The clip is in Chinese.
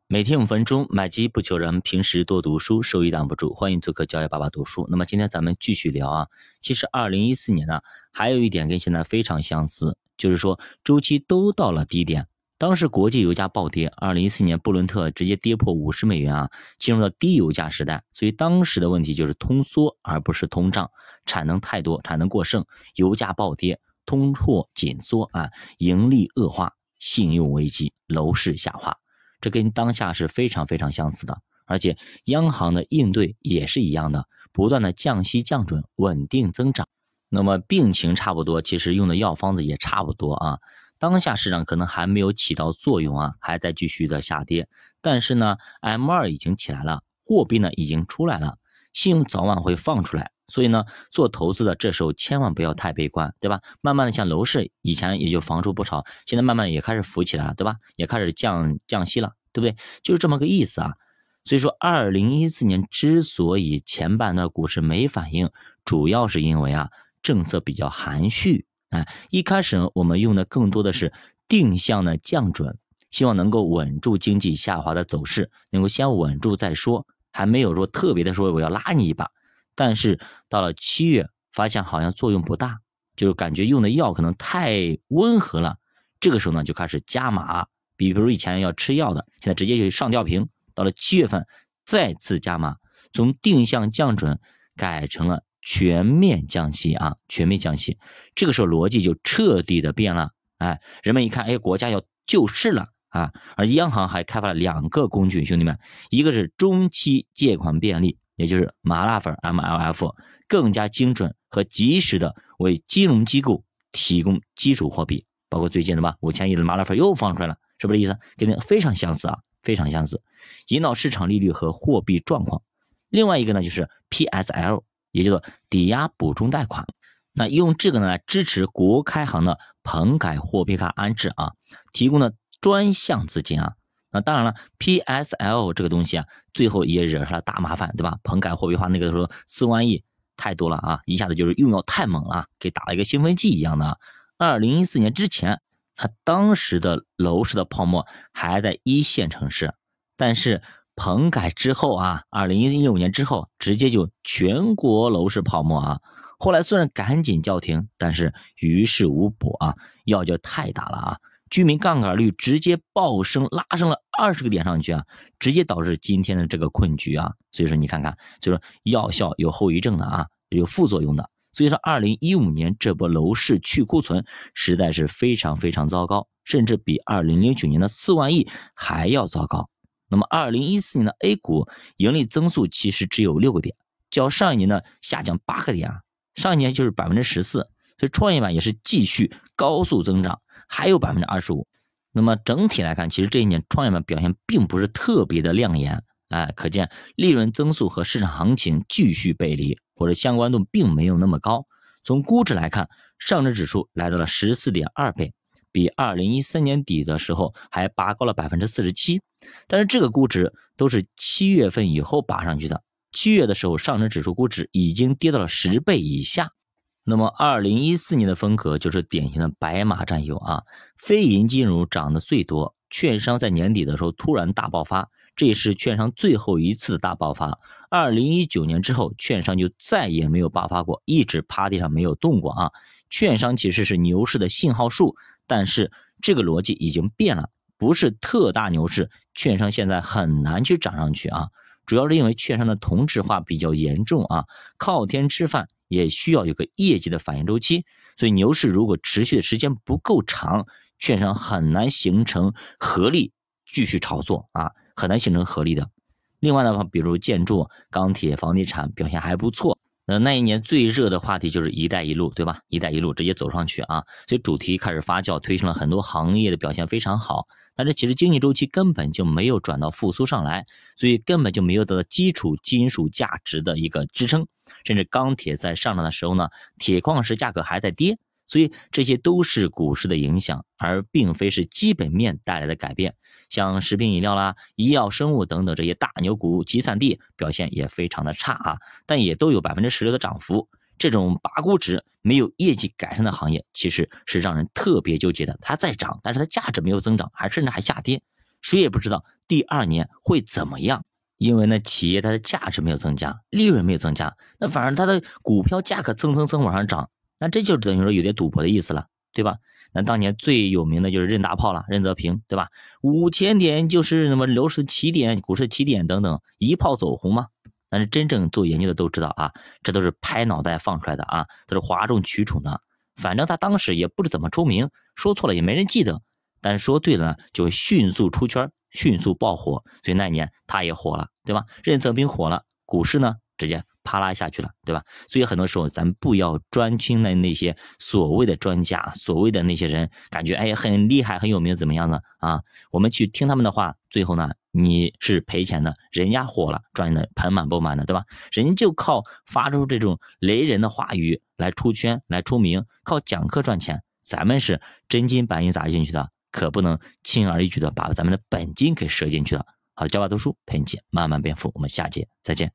每天5分钟，买基不求人，平时多读书，收益挡不住。欢迎做客教育爸爸读书。那么今天咱们继续聊啊，其实2014年呢，还有一点跟现在非常相似，就是说周期都到了低点。当时国际油价暴跌，2014年布伦特直接跌破$50啊，进入了低油价时代。所以当时的问题就是通缩而不是通胀，产能太多，产能过剩，油价暴跌，通货紧缩啊，盈利恶化，信用危机，楼市下滑。这跟当下是非常非常相似的，而且央行的应对也是一样的，不断的降息降准，稳定增长。那么病情差不多，其实用的药方子也差不多啊。当下市场可能还没有起到作用啊，还在继续的下跌。但是呢 M2 已经起来了，货币呢已经出来了，信用早晚会放出来。所以呢，做投资的这时候千万不要太悲观，对吧？慢慢的，像楼市以前也就房住不炒，现在慢慢也开始浮起来了，对吧？也开始降息了，对不对？就是这么个意思啊。所以说2014年之所以前半段股市没反应，主要是因为啊政策比较含蓄。一开始我们用的更多的是定向的降准，希望能够稳住经济下滑的走势，能够先稳住再说，还没有说特别的说我要拉你一把。但是到了7月，发现好像作用不大，就感觉用的药可能太温和了。这个时候呢，就开始加码，比如以前要吃药的，现在直接就上吊瓶。到了7月份，再次加码，从定向降准改成了全面降息啊，全面降息。这个时候逻辑就彻底的变了，人们一看，国家要救市了啊，而央行还开发了2个工具，兄弟们，一个是中期借款便利。也就是麻辣粉 MLF 更加精准和及时的为金融机构提供基础货币，包括最近的吧5000亿的麻辣粉又放出来了，是不是意思？跟那非常相似啊，非常相似，引导市场利率和货币状况。另外一个呢就是 PSL， 也叫做抵押补充贷款。那用这个呢来支持国开行的棚改货币卡安置啊，提供的专项资金啊。那当然了 ，PSL 这个东西啊，最后也惹上了大麻烦，对吧？棚改货币化那个时候4万亿太多了啊，一下子就是用药太猛了，给打了一个兴奋剂一样的。2014年之前，当时的楼市的泡沫还在1线城市，但是棚改之后啊，2016年之后直接就全国楼市泡沫啊。后来虽然赶紧叫停，但是于事无补啊，药就太大了啊。居民杠杆率直接暴升，拉升了20个点上去啊，直接导致今天的这个困局啊。所以说你看看，就是药效有后遗症的啊，有副作用的。所以说2015年这波楼市去库存实在是非常非常糟糕，甚至比2009年的4万亿还要糟糕。那么2014年的 A 股盈利增速其实只有6个点，较上一年呢下降8个点啊，上一年就是14%，所以创业板也是继续高速增长。还有25%，那么整体来看，其实这一年创业板表现并不是特别的亮眼，可见利润增速和市场行情继续背离，或者相关度并没有那么高。从估值来看，上证指数来到了14.2倍，比2013年底的时候还拔高了47%，但是这个估值都是7月份以后拔上去的，7月的时候上证指数估值已经跌到了10倍以下。那么2014年的风格就是典型的白马占有啊，非银金融涨得最多，券商在年底的时候突然大爆发，这也是券商最后一次的大爆发。2019年之后，券商就再也没有爆发过，一直趴地上没有动过啊。券商其实是牛市的信号树，但是这个逻辑已经变了，不是特大牛市，券商现在很难去涨上去啊。主要是因为券商的同质化比较严重啊，靠天吃饭也需要有个业绩的反应周期，所以牛市如果持续的时间不够长，券商很难形成合力继续炒作啊，很难形成合力的。另外的话，比如建筑、钢铁、房地产表现还不错。那一年最热的话题就是一带一路，对吧？一带一路直接走上去啊，所以主题开始发酵，推升了很多行业的表现非常好。但是其实经济周期根本就没有转到复苏上来，所以根本就没有得到基础金属价值的一个支撑，甚至钢铁在上涨的时候呢，铁矿石价格还在跌，所以这些都是股市的影响，而并非是基本面带来的改变。像食品饮料啦、医药生物等等这些大牛股集散地表现也非常的差啊，但也都有16%的涨幅。这种拔估值没有业绩改善的行业，其实是让人特别纠结的。它在涨，但是它价值没有增长，甚至还下跌。 谁也不知道第2年会怎么样。因为呢，企业它的价值没有增加，利润没有增加，那反而它的股票价格蹭蹭蹭往上涨，那这就等于说有点赌博的意思了，对吧？那当年最有名的就是任大炮了，任泽平，对吧？5000点就是什么楼市起点、股市起点等等，一炮走红嘛。但是真正做研究的都知道啊，这都是拍脑袋放出来的啊，都是哗众取宠的。反正他当时也不知怎么出名，说错了也没人记得，但是说对了呢，就迅速出圈，迅速爆火，所以那年他也火了，对吧？任泽平火了，股市呢直接啪啦下去了，对吧？所以很多时候咱们不要专听那些所谓的专家，所谓的那些人，感觉很厉害很有名怎么样呢啊？我们去听他们的话，最后呢你是赔钱的，人家火了赚的盆满钵满的，对吧？人就靠发出这种雷人的话语来出圈来出名，靠讲课赚钱，咱们是真金白银砸进去的，可不能轻而易举的把咱们的本金给折进去了。好的，教爸读书陪你一起慢慢变富，我们下节再见。